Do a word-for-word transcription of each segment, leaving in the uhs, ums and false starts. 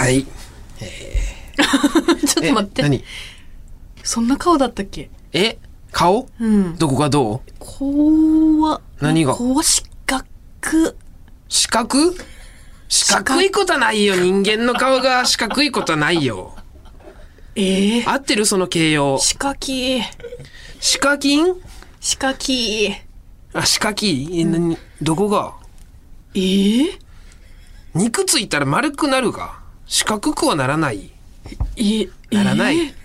はい、 えー、ちょっと待って。 何？ そんな顔だったっけ？ え顔？うん。どこがどう？ 怖。 何が？ 怖四角。 四角？四角いことはないよ。人間の顔が四角いことはないよ。 えー、 合ってるその形容。 四角い。 四角金？ 四角い。あ、 四角い？え、何？どこが？ えー、 肉ついたら丸くなるが四角くはならない。 え、 ならない。 え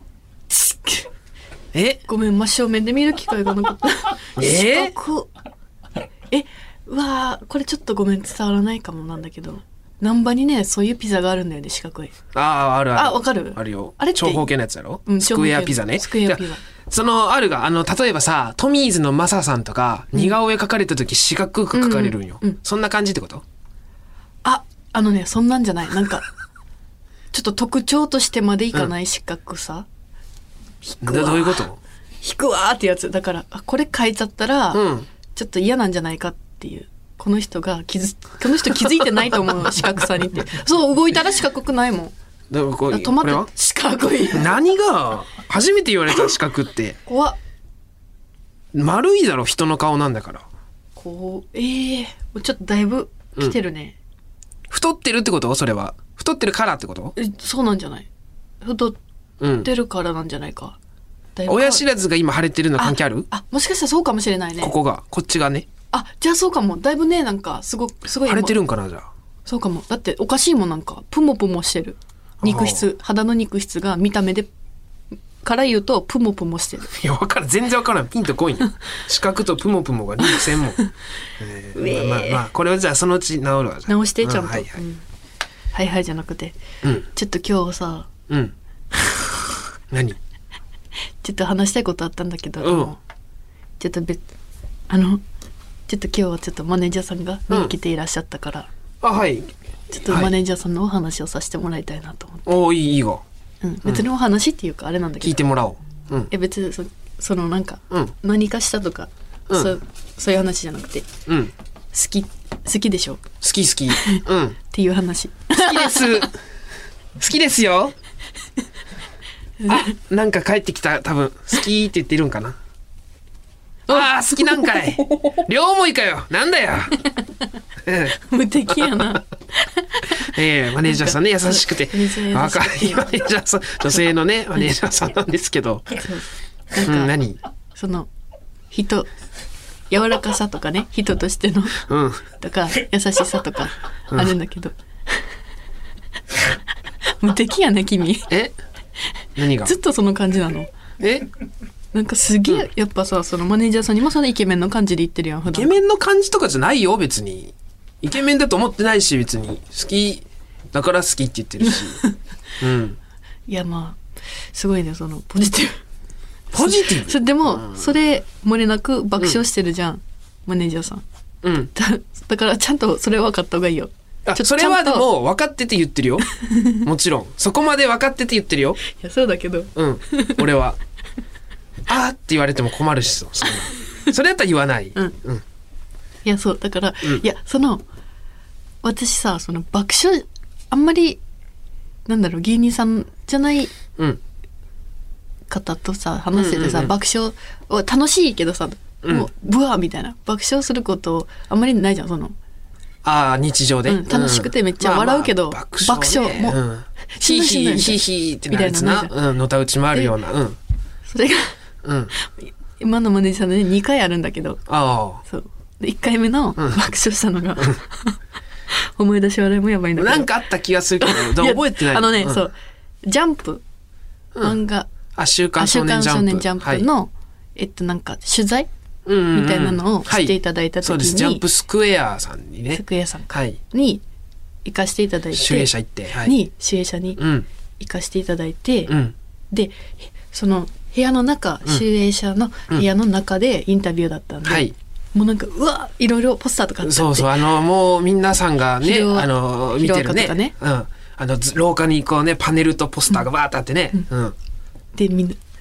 ー、えごめん、真正面で見る機会がなかった。 えー、 四角。え、うわー、これちょっとごめん、伝わらないかもなんだけど、難波にね、そういうピザがあるんだよね、四角い。 ああ、あるある。 あ、わかる？ あるよ。 あれって長方形のやつやろ？ うん、 スクエアピザね。 スクエアピザ。 そのあるが、あの例えばさ、トミーズのマサさんとか、うん、似顔絵描かれた時四角く描かれるんよ、うんうん、そんな感じってこと？ あ、あのね、そんなんじゃない。なんかちょっと特徴としてまでいかない四角さ、 うん、どういうこと？ 引くわーってやつだから、あ、これ描いちゃったら、うん、ちょっと嫌なんじゃないかっていう。この人が気づこの人気づいてないと思う。四角さにって。そう、動いたら四角くないもん。 だからこれ止まって、四角い。 何が初めて言われた四角って。 怖っ。 丸いだろ、人の顔なんだから。 こう、ええー、ちょっとだいぶ来てるね、 うん、太ってるってこと？それは太ってるからってこと？ え、そうなんじゃない？太ってるからなんじゃないか、 うん、親知らずが今腫れてるの関係ある？ あ、もしかしたらそうかもしれないね。 ここが、こっちがね。 あ、じゃあそうかも。だいぶね、なんかすごすごい腫れてるんかな。じゃあそうかも。だっておかしいもん、なんかプモプモしてる。肉質、肌の肉質が見た目でから言うとプモプモしてる。 いや、分からん、全然分からん。ピンとこいん四角とプモプモが肉専門、えー、まあまあまあ、これはじゃあそのうち治るわ。 直してちゃんと、うん、はいはい、 うん、はいはいじゃなくて、うん、ちょっと今日さ、 うん何ちょっと話したいことあったんだけど、 うん、 ちょっと別あのちょっと今日はちょっとマネージャーさんが見に来ていらっしゃったから、 うん、あ、はい、 ちょっとマネージャーさんのお話をさせてもらいたいなと思って。 おお、いいいいが、 うん、別にお話っていうかあれなんだけど、 聞いてもらおう、うん、 え別に そ, そのなんか、 うん、 何かしたとか、うん、そ, そういう話じゃなくて、うん、好き好きでしょ？好き好き、うん、 っていう話。 好きです好きですよ。あ、なんか帰ってきた。多分好きって言ってるんかな。ああ、好きなんかい。両思いかよ。なんだよ。 無敵やな。 ええー、マネージャーさんね、優しくて若いマネージャーさん、女性のねマネージャーさんなんですけど、なんか、うん、何？その人柔らかさとかね、人としての、うん、とか優しさとかあるんだけど、うん、無敵やね君。 え？何が？ ずっとその感じなの？ え？ なんかすげえ、うん、やっぱさ、そのマネージャーさんにもそのイケメンの感じで言ってるやん普段。 イケメンの感じとかじゃないよ別に。イケメンだと思ってないし、別に好きだから好きって言ってるし、うん、 いやまあすごいね、そのポジティブポジティブそでも、うん、それ漏れなく爆笑してるじゃん、うん、マネージャーさん、うん、だ, だからちゃんとそれ分かった方がいいよ。 あ、それはでも分かってて言ってるよ。もちろんそこまで分かってて言ってるよ。 いやそうだけど、 うん、俺はあーって言われても困るし、そそんなそれだったら言わない、うんうん、 いやそうだから、うん、いやその私さ、その爆笑あんまりなんだろう、芸人さんじゃない方とさ話しててさ、うんうんうん、爆笑は楽しいけどさ、うん、もうブワーみたいな爆笑することあんまりないじゃん、そのあ日常で、 うん、楽しくてめっちゃ笑うけど、うんまあまあ、爆笑、ね、もう、うん、 ヒーヒーヒーヒーってなるやつな、うん、のたうち回るような、うん、 それが、うん、今のマネージャーさんでにかいあるんだけど、 あそうでいっかいめの爆笑したのが、うん、思い出し笑いもやばいんだけど、 なんかあった気がするけど覚えてない。 あのね、うん、そうジャンプ、うん、漫画、 あ週刊少年ジャンプ、 ジャンプの、はい、えっとなんか取材みたいなのをしていただいた時に、はい、そうです、 ジャンプスクエアさんにね、 スクエアさんか、はい、に行かしていただいて、 守衛者行って、はい、 に守衛者に行かしていただいて、うん、でその部屋の中、うん、守衛者の部屋の中でインタビューだったんで、うん、はい、もうなんかうわいろいろポスターとかあって、 そうそう、あのもう皆さんがね、あの見てるね、 ね、 うん、あの廊下にこうねパネルとポスターがバーッとあってね、 うんうん、でみんな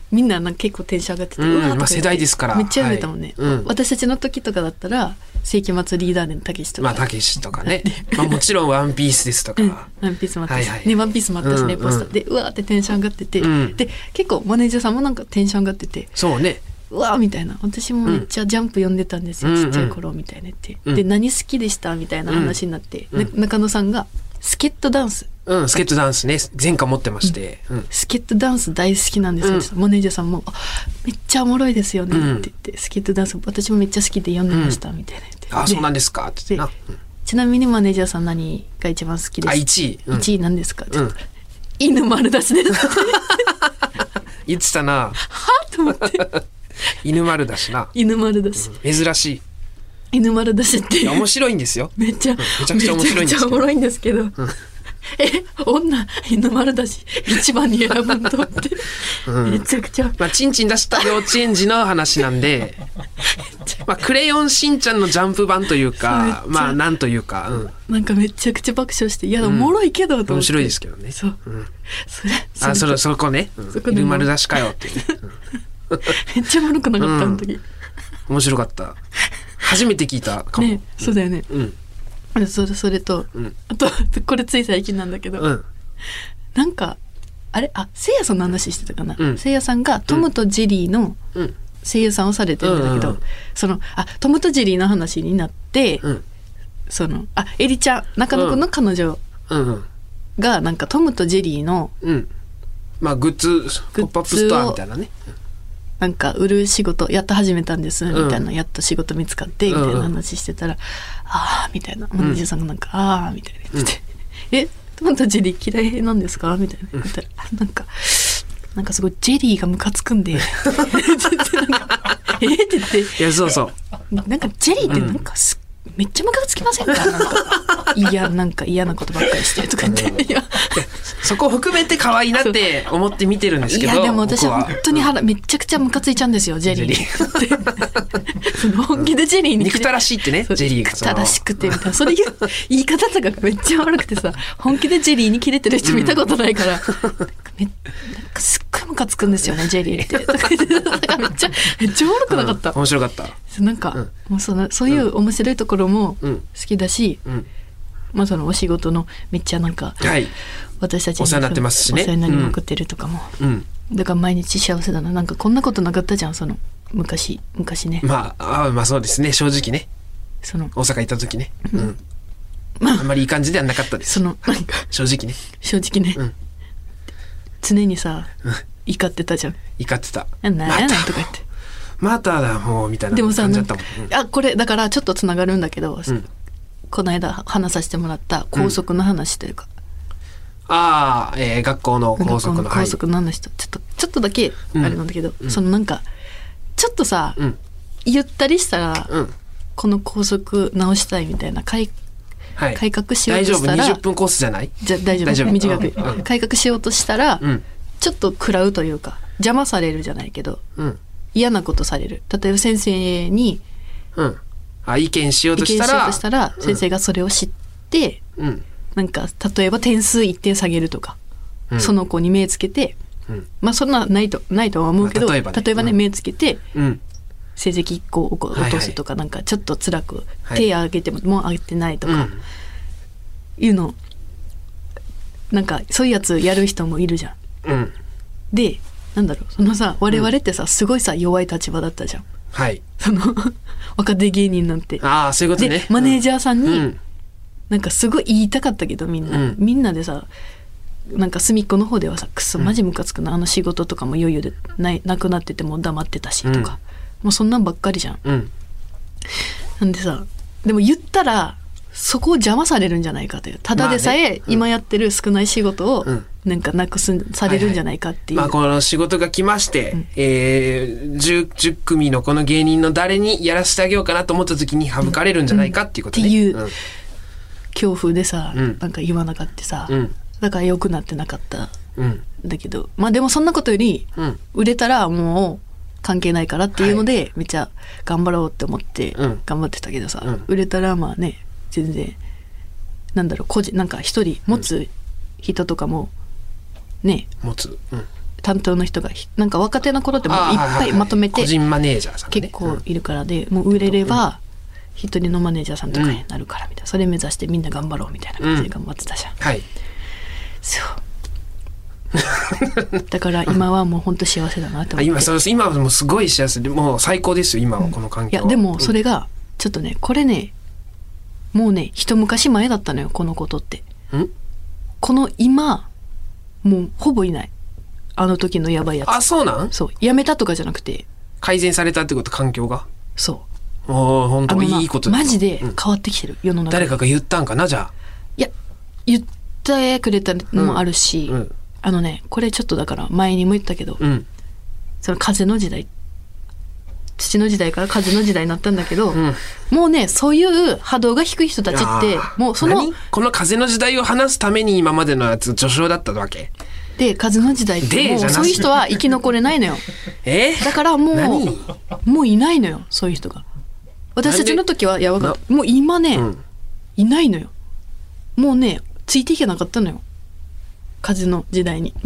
みんななんか結構テンション上がってて、 うんうわーとか言ってまあ世代ですからめっちゃ言われたもんね、 はいうん私たちの時とかだったら世紀末リーダーでのたけしとか、 まあたけしとかね、まあ、もちろんワンピースですとか、 うん、ワンピースもあったし、 はいはいね、ワンピースもあったしね、 うんポスターでうわーってテンション上がってて、 うんで結構マネージャーさんもなんかテンション上がってて、 そうねうわーみたいな、私もめっちゃジャンプ読んでたんですよ、 うんちっちゃい頃みたいなって、 うんで何好きでしたみたいな話になって、 うんな中野さんがスケットダンスうんスケットダンスね前科持ってまして、うんスケットダンス大好きなんですよ、 うんマネージャーさんもあめっちゃおもろいですよねって言って、スケットダンス私もめっちゃ好きで読んでましたみたいな言って、 あでそうなんですかって言ってな、うんちなみにマネージャーさん何が一番好きですか？ あいちい、うん、 いちいなんですかって言っうんたら、犬丸出しですって言ってたなはと思って犬丸だしな犬丸出し、 珍しい犬丸出しっていや面白いんですよめっちゃ、 めちゃくちゃ面白いんですけどめちゃくちゃおもろいんですけど、え女犬丸出し一番に選ぶんと思って、 うんめちゃくちゃまあチンチン出した幼稚園児の話なんでまあクレヨンしんちゃんのジャンプ版というかめっちゃまあなんというか、うん、 なんかめちゃくちゃ爆笑して、いやおもろいけどと思って、 面白いですけどねそう、 うん、 それあそれそこね、うん、 そこでも犬丸出しかよっていうね、 めっちゃおもろくなかった、 うんあの時うん、面白かった初めて聞いたかもね、そうだよね、 うんそれそれと、 うんあとこれつい最近なんだけど、 うんなんかあれあせいやさんの話してたかな、 うんせいやさんがトムとジェリーのうん声優さんをされてるんだけど、 うんうんうんそのあトムとジェリーの話になって、 うんそのあエリちゃん中野くんの彼女うんうんがなんかトムとジェリーのうんまあグッズポップアップストアみたいなねなんか売る仕事やっと始めたんですみうんたいな、やっと仕事見つかってみたいな話してたら、ああみたいなマネージャーさんがなんか、ああみたいな言ってて、えトムとジェリー嫌いなんですかみたいな言ったら、あなんかなんかすごいジェリーがムカつくんでなんかえって言って、 いやそうそうなんかジェリーってなんかす、めっちゃムカつきませんかなんかいやなんか嫌なことばっかりしてとか言っていやそこ含めて可愛いなって思って見てるんですけど、 いやでも私は僕本当に腹めちゃくちゃムカついちゃうんですよジェリーってその本気でジェリーに憎たらしいってねそうジェリーが憎たらしくてみたいなそれ言う言い方とかめっちゃ悪くてさ本気でジェリーにキレてる人見たことないから、うん、なんかめなんかすっごいムカつくんですよねジェリーってとか言ってなんかめっちゃめっちゃ悪くなかった、 うん、面白かったなんか、うん、もうそのそういう面白いところも好きだし、 うんまあそのお仕事のめっちゃなんか、 はい、 私たちにお世話になってますしねお世話になりまくってるとかも、 うん、 だから毎日幸せだな。なんかこんなことなかったじゃんその昔昔ね。 まああまあそうですね正直ねその大阪行った時ね、うん、 まああんまりいい感じではなかったですそのなんか正直ね正直ね、うん、常にさ、うん、怒ってたじゃん。 怒ってた。 なんやなんとか言って。 まただもうみたいな感じだったもん。 うん、あこれだからちょっとつながるんだけど、うん、この間話させてもらった校則の話というか、 うん、ああ、えー、学校の校則の校則の話とちょっとちょっとだけあれなんだけど、うん、そのなんかちょっとさ、うん、ゆったりしたら、うん、この校則直したいみたいな改はい、改革しようとしたら大丈夫にじゅっぷんコースじゃないじゃ大丈夫、大丈夫短く、うん、改革しようとしたら、うん、ちょっと食らうというか邪魔されるじゃないけど、うん、嫌なことされる。例えば先生に、 うん、あ意見しようとしたら、 意見しようとしたら、うん、先生がそれを知って、うん、なんか例えば点数いってん下げるとか、うん、その子に目つけて、うん、まあそんなないとないとは思うけど、まあ、例えばね、例えばね、うん、目つけて、うん成績いっこ落とすとか、なんかちょっと辛く、はい、手挙げてももう挙げてないとか、うん、いうのなんかそういうやつやる人もいるじゃん、うん、でなんだろうそのさ我々ってさすごいさ弱い立場だったじゃん、はい、その若手芸人なんてああそういうことねでマネージャーさんに、うん、なんかすごい言いたかったけどみんな、うん、みんなでさなんか隅っこの方ではさくそマジムカつくな、うん、あの仕事とかも余裕でないなくなってても黙ってたしとか、うんもうそんなんばっかりじゃん、うん、なんでさでも言ったらそこを邪魔されるんじゃないかというただでさえ今やってる少ない仕事をなんかなくすされるんじゃないかっていう、 はいはいまあ、この仕事が来まして、うんえー、10, じゅっ組のこの芸人の誰にやらせてあげようかなと思った時に省かれるんじゃないかっていうことね、 うんうん、っていう、うん、恐怖でさ、うん、なんか言わなかったさ、うん、だから良くなってなかった、うん、だけどまあでもそんなことより、うん、売れたらもう関係ないからっていうので、はい、めっちゃ頑張ろうって思って頑張ってたけどさ、うん、売れたらまあね全然なんだろう個人なんか一人持つ人とかもね、 持つ、うん、 担当の人がなんか若手の頃ってもういっぱいまとめて個人マネージャーさん、ね、 結構いるからで、もう売れれば一人のマネージャーさんとかになるからみたいな、それ目指してみんな頑張ろうみたいな感じで頑張ってたじゃん、 うん、はいそうだから今はもう本当幸せだなって思って今そう今はもうすごい幸せでもう最高ですよ今はこの環境は、 うん、いやでもそれがちょっとねこれねもうね一昔前だったのよこのことって。 んこの今もうほぼいない。あの時のやばいやつ。 あ、そうなん？ そう。やめたとかじゃなくて。 改善されたってこと、環境が。 そう。 おー、本当にいいことだ。 マジで変わってきてる、うん、世の中。 誰かが言ったんかな、じゃあ。 いや、言ってくれたのもあるし、うんうん、あのね、これちょっとだから前にも言ったけど、うん、その風の時代、土の時代から風の時代になったんだけど、うん、もうねそういう波動が低い人たちってもうそのこの風の時代を話すために今までのやつ序章だったわけで、風の時代ってもうそういう人は生き残れないのよえだからもうもういないのよそういう人が。私たちの時はやばかったもう今ね、うん、いないのよ。もうねついていけなかったのよ風の時代に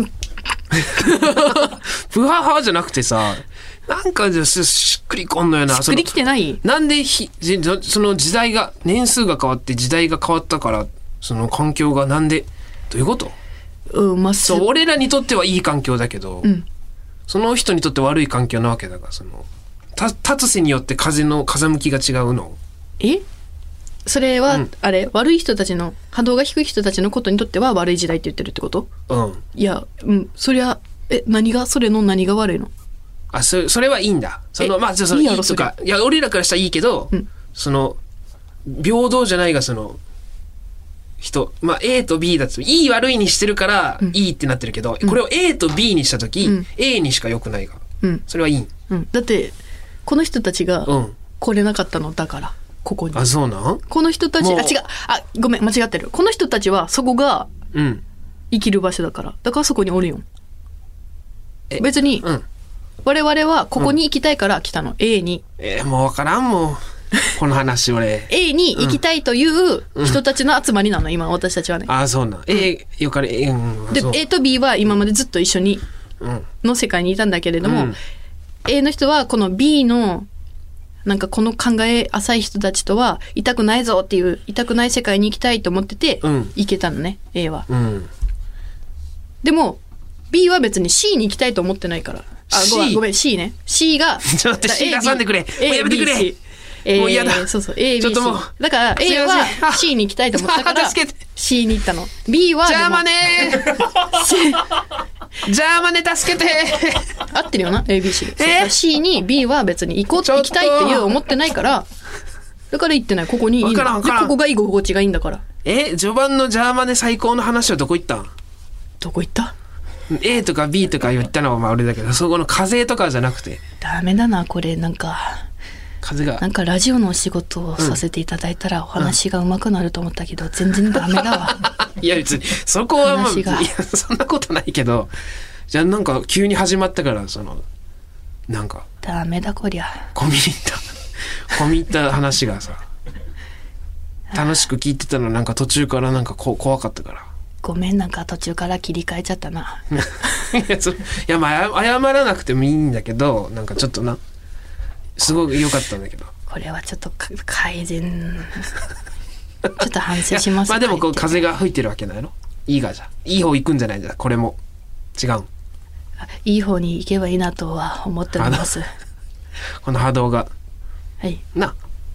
ふわはじゃなくてさなんかしっくりこんのよな。 しっくりきてない？ なんでひその時代が年数が変わって時代が変わったからその環境がなんでどういうこと？ うん、まあ、 そう俺らにとってはいい環境だけど、うん、その人にとって悪い環境なわけだからそのた立つ瀬によって風の風向きが違うの。 え？それは、うん、あれ悪い人たちの波動が低い人たちのことにとっては悪い時代って言ってるってこと？ うん。 いや、うん、そりゃえ何がそれの何が悪いの？ あ、それ、それはいいんだ。その、まあ、じゃその、いいやろ、とか、いや、俺らからしたらいいけど、うん、その、平等じゃないが、その、人、まあ、A と B だと、いい悪いにしてるから、いいってなってるけど、うん、これを A と B にしたとき、うん、A にしか良くないが、うん、それはいい。 うん。だって、この人たちが、来れなかったのだから、ここに。 あ、そうなん？ この人たち、あ、違う、あ、ごめん、間違ってる。この人たちは、そこが、生きる場所だから、だからそこにおるよ。別に、うん我々はここに行きたいから来たの、うん、A に。 えー、もう分からんもんこの話俺 A に行きたいという人たちの集まりなの、うん、今私たちはね。 ああそうなん、うん、A よかれ、うん、 で A と B は今までずっと一緒にの世界にいたんだけれども、うん、A の人はこの B のなんかこの考え浅い人たちとは痛くないぞっていう痛くない世界に行きたいと思ってて、うん、行けたのね A は、うん、でも B は別に C に行きたいと思ってないから。あ、ごめん、ごめん、C ね。C が。 ちょっと待って、C 出さんでくれ。もうやめてくれ。 えー、 もう嫌だ。 そうそう、A、B、C。ちょっともう。だから、A は C に行きたいと思ったから、C に行ったの。B は。 ジャーマネージャーマネ助けて合ってるよな、A、B、C で。えー、C に B は別に行こう、行きたいっていう思ってないから、だから行ってない。ここにいいの。で、ここが居心地がいいんだから。 え、序盤のジャーマネ最高の話はどこ行ったん？ どこ行った？ A とか B とか言ったのはまあ俺だけどそこの風とかじゃなくてダメだなこれなんか風がなんかラジオのお仕事をさせていただいたらお話が上手くなると思ったけど、うん、全然ダメだわいや別にそこはまあいやそんなことないけどじゃあなんか急に始まったからそのなんかダメだこりゃ込み入った込み入った話がさ楽しく聞いてたのなんか途中からなんかこ怖かったからごめんなんか途中から切り替えちゃったないやそいやまあ謝らなくてもいいんだけどなんかちょっとなすごく良かったんだけどこれはちょっと改善ちょっと反省しますまあでもこう風が吹いてるわけないのいいがじゃいい方行くんじゃないじゃこれも違ういい方に行けばいいなとは思っておりますこの波動がはいな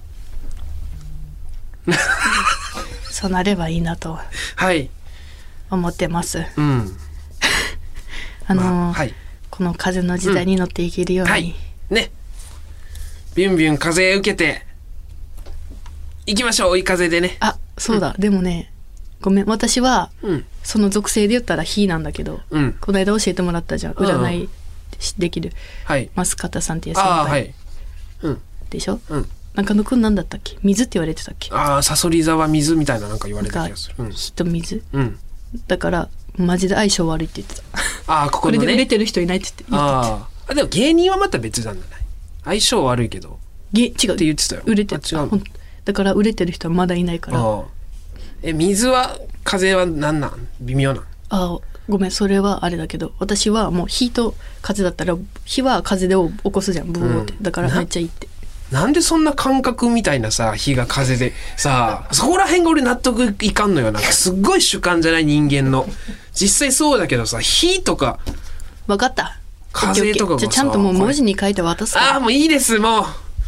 そうなればいいなとはい思ってます。 うん、 あのーまあはい、この風の時代に乗っていけるように、うんはい、 ね、ビュンビュン風受けて行きましょう追い風でね。 あ、そうだ、うん、でもね、ごめん私は、うん、その属性で言ったら火なんだけど、うん、この間教えてもらったじゃん占いできる、はい、増方さんっていう先輩、はいうん、でしょ。うん中野くんなんだったっけ水って言われてたっけ。 ああさそり座は水みたいななんか言われた気がする。 火と水、うん、だからマジで相性悪いって言ってた。 ああここのねこれで売れてる人いないって言って言ってああでも芸人はまた別なんじゃない相性悪いけどげ違うって言ってたよ。 売れてるだから売れてる人はまだいないから。 あえ水は風はなんなん微妙なん。 あごめんそれはあれだけど、私はもう火と風だったら火は風で起こすじゃんブーって、うん、だからめっちゃいいって。 な, なんでそんな感覚みたいなさ、火が風でさ、そこら辺が俺納得いかんのよ。なんかすっごい主観じゃない人間の。実際そうだけどさ、火とか分かった、 風とかがさ、 じゃあちゃんともう文字に書いて渡すから。 ああもういいですもう。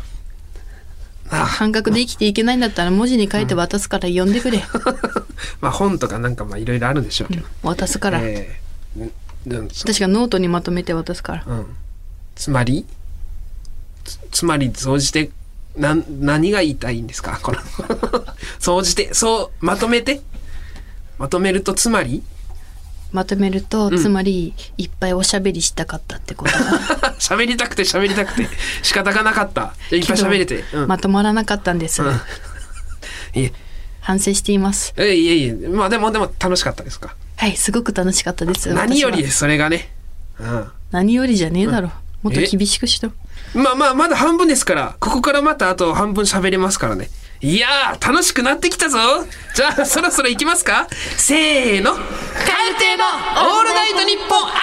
感覚で生きていけないんだったら文字に書いて渡すから読んでくれ、うん、 まあ本とかなんかまあいろいろあるんでしょうけど、 うん、渡すから、えー、私がノートにまとめて渡すから、うん、 つまり つ, つまり総じてな何が言いたいんですかこの総じてそうまとめてまとめるとつまりまとめると、つまり、うん、いっぱいおしゃべりしたかったってことだ。 喋りたくて喋りたくて仕方がなかった。いっぱい喋れて、 うん、まとまらなかったんです、うん、いえ反省しています。 いえいえいえ、まあでもでも楽しかったですか。 はい、すごく楽しかったです。 何よりですそれがね、うん、 何よりじゃねえだろ、うん、もっと厳しくしろ。 まあまあまだ半分ですから、ここからまたあと半分喋れますからね。いやー楽しくなってきたぞ。じゃあそろそろ行きますか。せーの、カエル亭のオールナイトニッポン愛。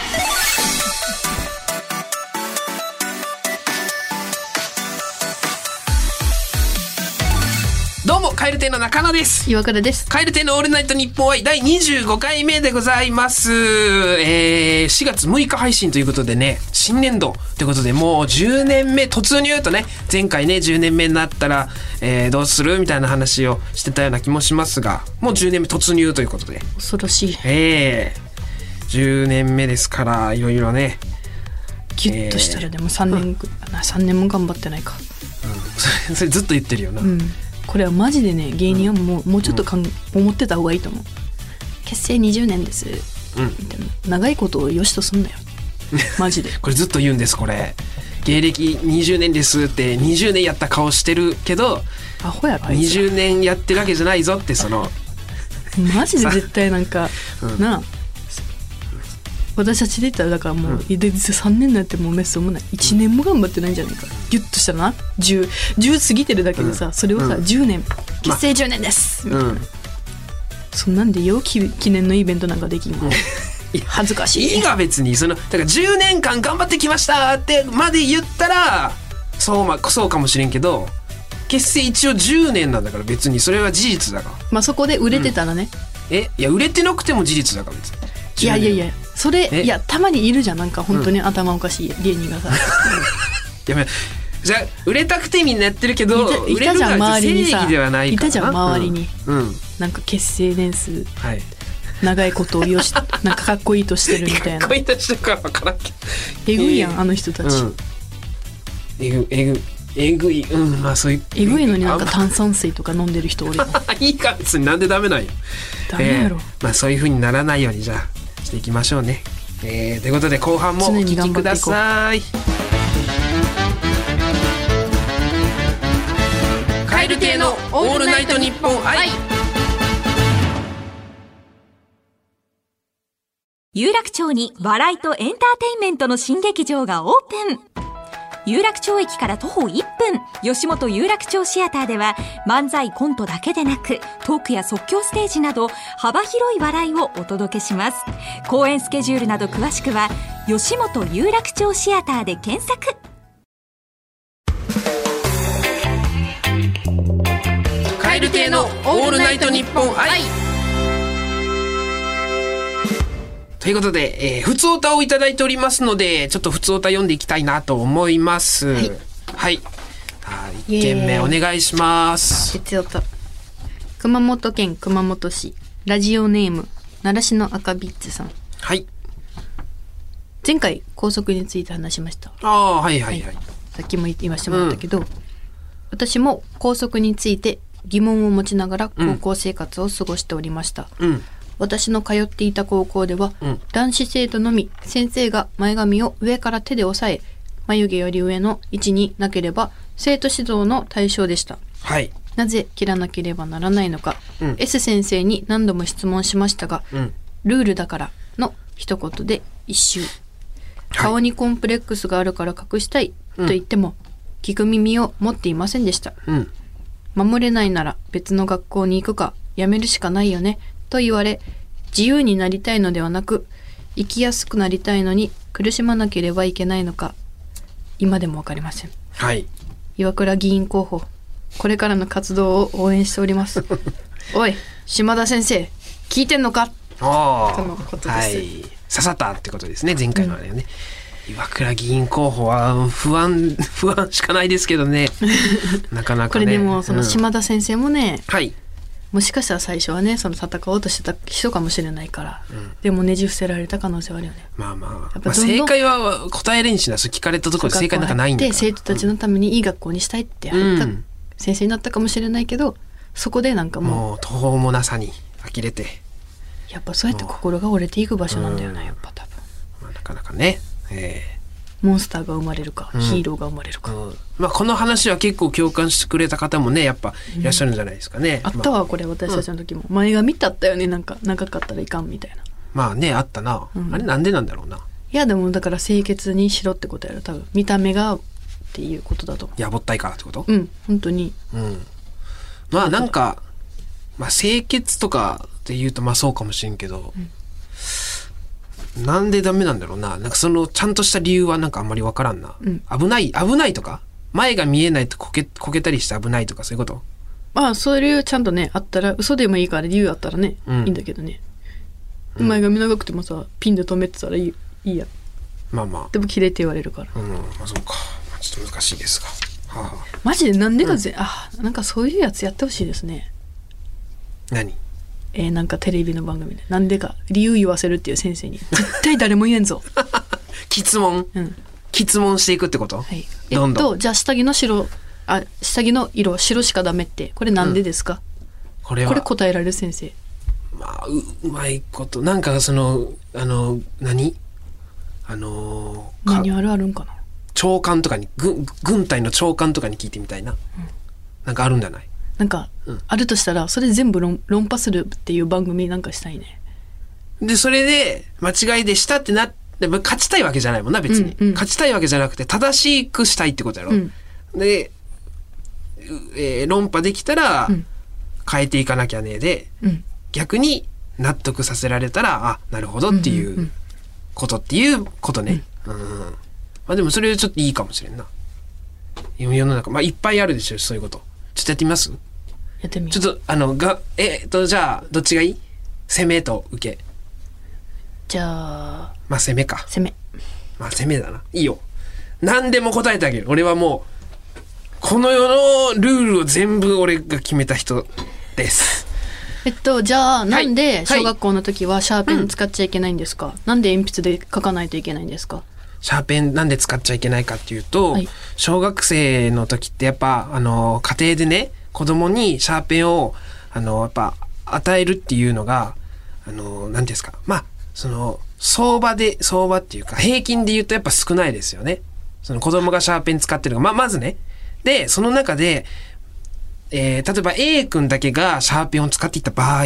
どうもカエル亭の中野です。 岩倉です。 カエル亭のオールナイトニッポン愛だいにじゅうごかいめでございます。えー、しがつむいか配信ということでね、新年度ということでもうじゅうねんめ突入とね、前回ねじゅうねんめになったら、えー、どうするみたいな話をしてたような気もしますが、もうじゅうねんめ突入ということで恐ろしい。 えー、じゅうねんめですからいろいろねギュッとしたらでもさんねん、うん、さんねんも頑張ってないか、 うん、それずっと言ってるよな、うん、これはマジでね芸人はもう、うん、もうちょっとかん、うん、思ってた方がいいと思う。結成にじゅうねんです、うん、みたいな長いことをよしとすんだよマジでこれずっと言うんです。これ芸歴にじゅうねんですってにじゅうねんやった顔してるけどアホやろにじゅうねんやってるわけじゃないぞって、そのマジで絶対なんか、うん、なあ私たちで言ったらだからもう、うん、さんねんになってもうメスもないいちねんも頑張ってないんじゃないか。ギュッとしたらな 10, 10過ぎてるだけでさ、うん、それをさ、うん、じゅうねん結成じゅうねんです、ま、うん、そんなんでよ記念のイベントなんかできんの、うん恥ずかしい。 いいが別にそのだからじゅうねんかん頑張ってきましたってまで言ったらそう、まあ、そうかもしれんけど、結成一応じゅうねんなんだから別にそれは事実だから。 まあそこで売れてたらね、 うん、えいや売れてなくても事実だから別に。 いやいやいやそれいやたまにいるじゃんなんか本当に頭おかしい芸人がさ、うん、 やめじゃあ売れたくてみんなやってるけどいたじゃん周りにさ、 ではないからいたじゃん周りに、 うんうん、 なんか結成年数、はい長いことをよしなんかかっこいいとしてるみたいな。 かっこいいとしてるから分からんけどえぐいやん、えー、あの人たち、うん、 えぐえぐえぐいうんまあそういうえぐいのになんか炭酸水とか飲んでる人おるよいいか別になんでダメなんよ。 ダメやろ、えー、まあそういう風にならないようにじゃあしていきましょうね。えー、ということで後半もお聞きください。カエル亭のオールナイトニッポン愛。 有楽町に笑いとエンターテインメントの新劇場がオープン。有楽町駅から徒歩いっぷん、吉本有楽町シアターでは漫才コントだけでなくトークや即興ステージなど幅広い笑いをお届けします。公演スケジュールなど詳しくは吉本有楽町シアターで検索。 カエル亭のオールナイトニッポン愛。ということで、えー、ふつおたをいただいておりますのでちょっとふつおた読んでいきたいなと思います。はい、はい、あいっけんめお願いします。 ふつおた熊本県熊本市ラジオネーム習志野赤ビッツさん。 はい、 前回校則について話しました。 ああはいはいはい、はい、 さっきも言わせてもらったけど、うん、私も校則について疑問を持ちながら高校生活を過ごしておりました。うん、私の通っていた高校では、うん、男子生徒のみ先生が前髪を上から手で押さえ眉毛より上の位置になければ生徒指導の対象でした。 はい、 なぜ切らなければならないのか、うん、S 先生に何度も質問しましたが、うん、ルールだからの一言で一周、はい、顔にコンプレックスがあるから隠したいと言っても、うん、聞く耳を持っていませんでした。うん、守れないなら別の学校に行くかやめるしかないよねと言われ自由になりたいのではなく、生きやすくなりたいのに苦しまなければいけないのか、今でもわかりません。 はい。 岩倉議員候補、これからの活動を応援しております。おい、島田先生、聞いてんのか？ あとのことです。 はい。刺さったってことですね、前回のあれよね。うん、岩倉議員候補は不安、不安しかないですけどね。なかなかね。 これでも、その島田先生もね、 うん、はい。 もしかしたら最初はね、その戦おうとしてた人かもしれないから、うん、でもねじ伏せられた可能性はあるよね。 まあまあ、まあ、正解は答えれんしな、そう聞かれたところで正解なんかないんだから。で、 生徒たちのためにいい学校にしたいって入った先生になったかもしれないけど、そこでなんかもうもう途方もなさに呆れて、 やっぱそうやって心が折れていく場所なんだよな、やっぱ多分。 まあ、なかなかね、えーモンスターが生まれるか、うん、ヒーローが生まれるか、 うん、まあ、この話は結構共感してくれた方もねやっぱいらっしゃるんじゃないですかね、 うん、あったわこれ私たちの時も、うん、前髪ってあったよね、なんか長かったらいかんみたいな。 まあねあったな、うん、あれなんでなんだろうな。いやでもだから清潔にしろってことやろ多分、見た目がっていうことだと思う。 やぼったいからってこと？ うん本当に、 うん、まあなんか、まあ、清潔とかって言うとまあそうかもしれんけど、うんなんでダメなんだろうな。なんかそのちゃんとした理由はなんかあんまりわからんな、うん、危ない危ないとか前が見えないとこけ、こけたりして危ないとかそういうこと。 まあそういうちゃんとねあったら嘘でもいいから理由あったらね、うん、いいんだけどね、うん、前髪長くてもさピンで留めてたらいい、いいや。 まあまあでも綺麗って言われるから。 うんまあそうかちょっと難しいですが、はあ、 マジでなんでかぜ、うん、あなんかそういうやつやってほしいですね。 何えー、なんかテレビの番組でなんでか理由言わせるっていう先生に絶対誰も言えんぞ質問、うん、質問していくってこと、 はい、えっとじゃあ下着の白あ下着の色白しかダメってこれなんでですか、うん、 これはこれ答えられる先生。 まあ う, うまいことなんかそのあの何あのマニュアルあるんかな。 長官とかに軍軍隊の長官とかに聞いてみたいな、うん、なんかあるんじゃない。 なんか、うん、あるとしたらそれ全部 論, 論破するっていう番組なんかしたいね。でそれで間違いでしたってなって勝ちたいわけじゃないもんな別に、うんうん、勝ちたいわけじゃなくて正しくしたいってことやろ、うん、で、えー、論破できたら変えていかなきゃねで、うん、逆に納得させられたらあなるほどっていうことっていうことね、うんうんうん、まあでもそれちょっといいかもしれんな。世の中まあいっぱいあるでしょそういうこと。ちょっとやってみます。 やってみよう。 ちょっとあのがえっとじゃあどっちがいい？攻めと受け。 じゃあまあ攻めか。 攻め。 まあ攻めだな。いいよ。何でも答えてあげる。俺はもうこの世のルールを全部俺が決めた人です。 えっとじゃあなんで小学校の時はシャーペン使っちゃいけないんですか？はいはい、なんで鉛筆で書かないといけないんですか？ シャーペンなんで使っちゃいけないかっていうと、はい、小学生の時ってやっぱあの家庭でね子供にシャーペンをあのやっぱ与えるっていうのがあの何ていうんですかまあその相場で相場っていうか平均で言うとやっぱ少ないですよね。その子供がシャーペン使ってるのがままずね。でその中で、えー、例えば A 君だけがシャーペンを使っていた場合、はい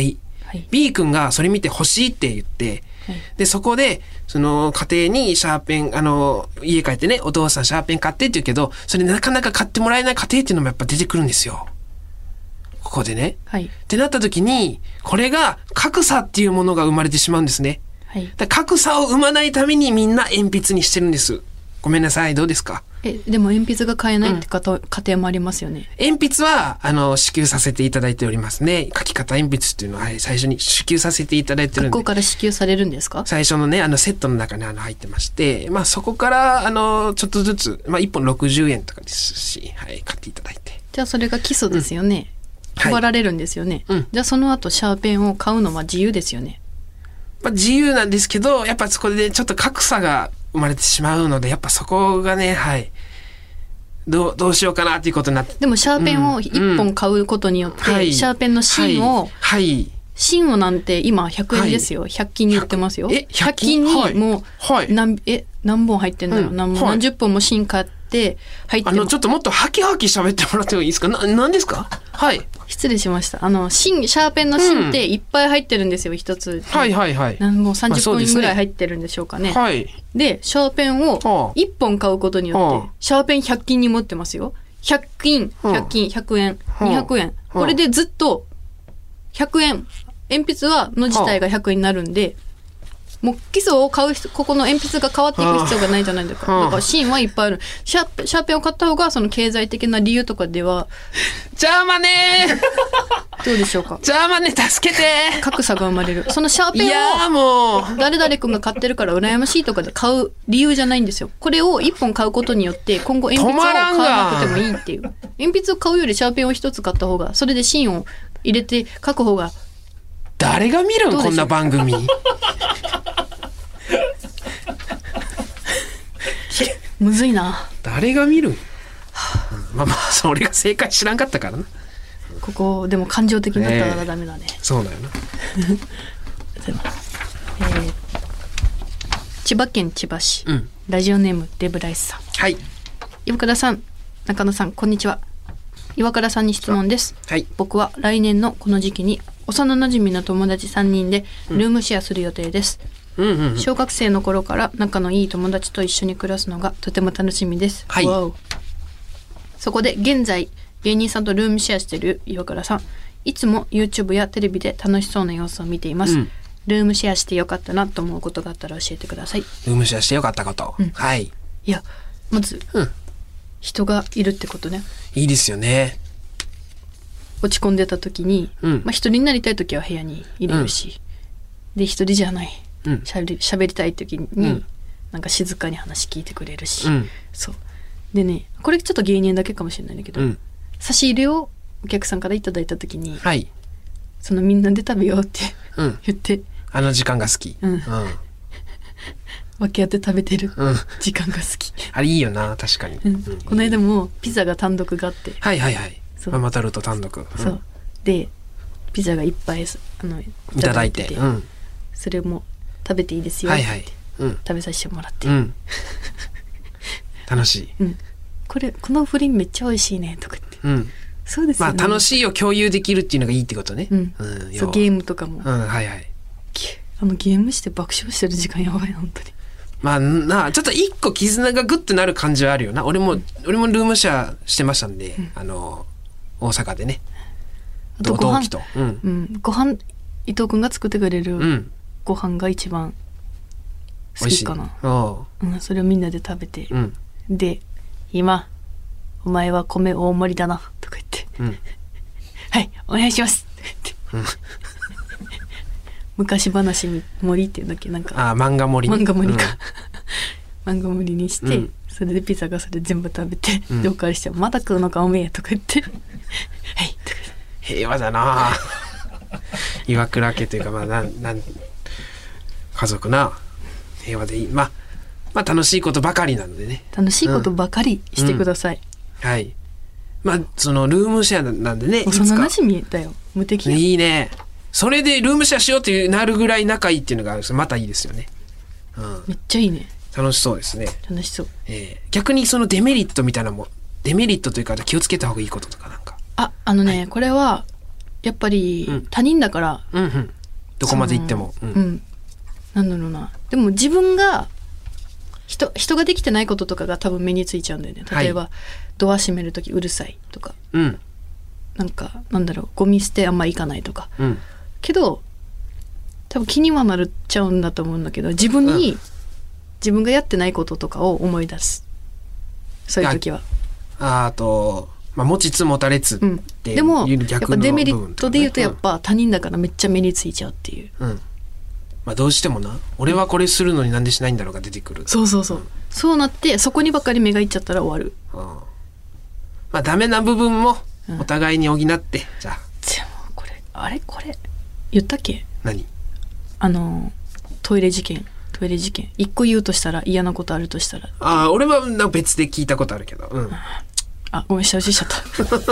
、B 君がそれ見て欲しいって言って、はい、でそこでその家庭にシャーペンあの家帰ってねお父さんシャーペン買ってって言うけどそれなかなか買ってもらえない家庭っていうのもやっぱ出てくるんですよ。ここでね、はい、ってなった時にこれが格差っていうものが生まれてしまうんですね、はい、だ格差を生まないためにみんな鉛筆にしてるんです。ごめんなさいどうですか？ えでも鉛筆が買えないって方、うん、家庭もありますよね。 鉛筆はあの支給させていただいておりますね。書き方鉛筆っていうのは、はい、最初に支給させていただいてるんで。 学校から支給されるんですか？ 最初のねあのセットの中にあの入ってまして、まあ、そこからあのちょっとずつ、まあ、いっぽんろくじゅうえんとかですし、はい、買っていただいて。 じゃあそれが基礎ですよね、うん、配られるんですよね、はい、じゃあその後シャーペンを買うのは自由ですよね。 まあ、自由なんですけどやっぱそこでちょっと格差が生まれてしまうのでやっぱそこがねはいどう、どうしようかなっていうことになって。 でもシャーペンをいっぽん買うことによって、うんうんはい、シャーペンの芯を、はい、芯をなんて今ひゃくえんですよ、はい、ひゃく均に売ってますよ。えひゃく均にもう何、はい、え何本入ってんだろう、うん、何, 何十本も芯買って入ってあのちょっともっとハキハキ喋ってもらってもいいですか？な何ですか？はい失礼しました。あの芯シャーペンの芯っていっぱい入ってるんですよ、一つ。 はいはいはい。 もうさんじゅっぽんぐらい入ってるんでしょうかね。はい。でシャーペンをいっぽん買うことによってシャーペンひゃく均に持ってますよ。ひゃく均、ひゃく均、ひゃくえん、にひゃくえん。これでずっとひゃくえん、 鉛筆はの自体がひゃくえんになるんで、もう基礎を買う人、ここの鉛筆が変わっていく必要がないじゃないですか。だから芯はいっぱいある。シャーペン、シャーペンを買った方がその経済的な理由とかでは邪魔ねどうでしょうか。 邪魔ね、助けて。 格差が生まれる。そのシャーペンをいやもう誰々君が買ってるから羨ましいとかで買う理由じゃないんですよ。これをいっぽん買うことによって今後鉛筆を買わなくてもいいっていう。鉛筆を買うよりシャーペンを一つ買った方が、それで芯を入れて書く方が。 誰が見るんこんな番組。 むずいな。 誰が見るん。まあまあそれが正解知らんかったからな。 ここでも感情的になったらダメだね。 えー、そうだよな。 えー、千葉県千葉市、うん、ラジオネームデブライスさん。 はい。 岩倉さん、中野さん、こんにちは。岩倉さんに質問です。 はい。 僕は来年のこの時期に幼馴染の友達さんにんでルームシェアする予定です。うんうんうんうん、小学生の頃から仲のいい友達と一緒に暮らすのがとても楽しみです。 はい。 そこで現在芸人さんとルームシェアしている岩倉さん、いつも YouTube やテレビで楽しそうな様子を見ています。うん、ルームシェアしてよかったなと思うことがあったら教えてください。 ルームシェアしてよかったこと、うん、はい。 いやまず、うん、人がいるってことね。 いいですよね。 落ち込んでた時に、うん、まあ一人になりたい時は部屋にいれるし、うん、で一人じゃない、うん、しゃべ、しゃべりたい時に、うん、なんか静かに話聞いてくれるし、うん、そうでね、これちょっと芸人だけかもしれないんだけど、うん、差し入れをお客さんからいただいた時に、はい、そのみんなで食べようって、うん、言って、 あの時間が好き、うんうん、 分け合って食べてる時間が好き、うん、 あれいいよな確かに、 うんうん、この間もピザが単独があって、 はいはいはい、ママタルト単独、うん、 そうでピザがいっぱいあのいただいてて、うん、それも食べていいですよって、はいはい、うん、食べさせてもらって、うん、 楽しい、うん、 これこのプリンめっちゃ美味しいねとか言って、うん、そうですよね、 まあ、楽しいを共有できるっていうのがいいってことね、うんうん、そうゲームとかも、 うん、はいはい、 あのゲームして爆笑してる時間やばい本当に。 まあなあちょっと一個絆がグッとなる感じはあるよな。俺も、うん、俺もルームシェアしてましたんで、うん、あの大阪でね。 あとご飯と、うんうん、ご飯伊藤君が作ってくれるご飯が一番好きかな、うん、それをみんなで食べて、うん、で今お前は米大盛りだなとか言って、うん、はいお願いしますって言って、うん、昔話に盛りっていうんだっけ、なんかあ漫画盛り漫画盛りか、うん、漫画盛りにして、うん、それでピザがそれ全部食べて、うん、でお借りしてまだ食うのかおめえとか言ってはいとか平和だな岩倉家というか、まあ、なんなん家族な平和でいい、まあ、まあ楽しいことばかりなのでね、 楽しいことばかりしてください、 うん、はい、まあそのルームシェアなんでね、 幼馴染だよ、無敵や、 いいね、それでルームシェアしようってなるぐらい仲いいっていうのがまたいいですよね、 うん、めっちゃいいね、 楽しそうですね、 楽しそう、 えー、逆にそのデメリットみたいなもデメリットというか気をつけた方がいいこととかなんか、 ああのね、はい、これはやっぱり他人だから、 うんうんうん、どこまで行っても、うんうん、 なんだろうな、でも自分が 人, 人ができてないこととかが多分目についちゃうんだよね。例えば、はい、ドア閉めるときうるさいとか、うん、なんかなんだろうゴミ捨てあんま行かないとか、うん、けど多分気にはなっちゃうんだと思うんだけど、自分に、うん、自分がやってないこととかを思い出す、そういう時は。 あ, あとまあ、持ちつ持たれつって、うん、 でもやっぱデメリットで言うとやっぱ他人だからめっちゃ目についちゃうっていう、うん、 まあ、どうしてもな俺はこれするのになんでしないんだろうが出てくる、 そうそうそう、うん、そうなってそこにばかり目がいっちゃったら終わる、うん、 まあダメな部分もお互いに補って、うん、じゃあでもこれあれこれ言ったっけ、 何、 あのトイレ事件トイレ事件一個言うとしたら嫌なことあるとしたら、 ああ俺はなんか別で聞いたことあるけど、うん、 あごめん下打ちしちゃった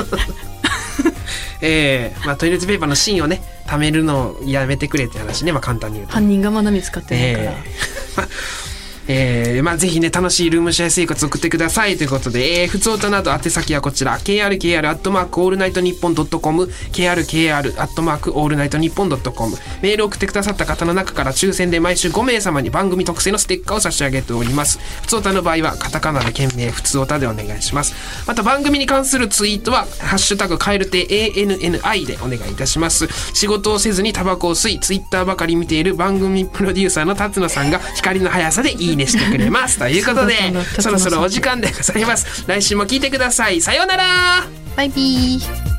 えーまあ、トイレットペーパーの芯をね貯めるのをやめてくれって話ね、まあ、簡単に言うと犯人がまだ見つかってないから、えーえーまあ、ぜひね楽しいルームシェア生活を送ってくださいということで、えー、ふつおたなど宛先はこちら ケーアールケーアール アットマークオールナイトニッポンドットコム ケーアールケーアール アットマークオールナイトニッポンドットコム、メールを送ってくださった方の中から抽選で毎週ごめいさまに番組特製のステッカーを差し上げております。ふつおたの場合はカタカナで件名ふつおたでお願いします。また番組に関するツイートはハッシュタグカエルテ エーエヌエヌアイ でお願いいたします。仕事をせずにタバコを吸いツイッターばかり見ている番組プロデューサーの辰野さんが光の速さでいいねしてくれますということでそろそろお時間でございます。来週も聞いてください。さようなら。 バイビー。